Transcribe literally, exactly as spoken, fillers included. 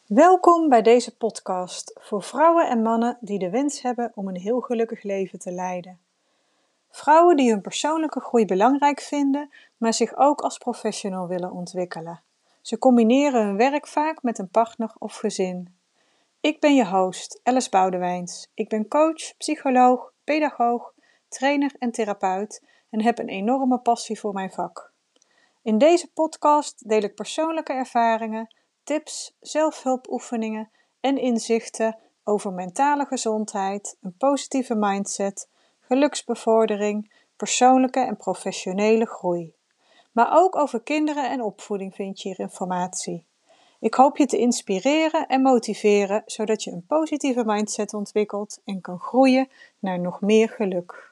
Welkom bij deze podcast voor vrouwen en mannen die de wens hebben om een heel gelukkig leven te leiden. Vrouwen die hun persoonlijke groei belangrijk vinden, maar zich ook als professional willen ontwikkelen. Ze combineren hun werk vaak met een partner of gezin. Ik ben je host, Alice Boudewijns. Ik ben coach, psycholoog, pedagoog, trainer en therapeut en heb een enorme passie voor mijn vak. In deze podcast deel ik persoonlijke ervaringen, tips, zelfhulpoefeningen en inzichten over mentale gezondheid, een positieve mindset, geluksbevordering, persoonlijke en professionele groei. Maar ook over kinderen en opvoeding vind je hier informatie. Ik hoop je te inspireren en motiveren, zodat je een positieve mindset ontwikkelt en kan groeien naar nog meer geluk.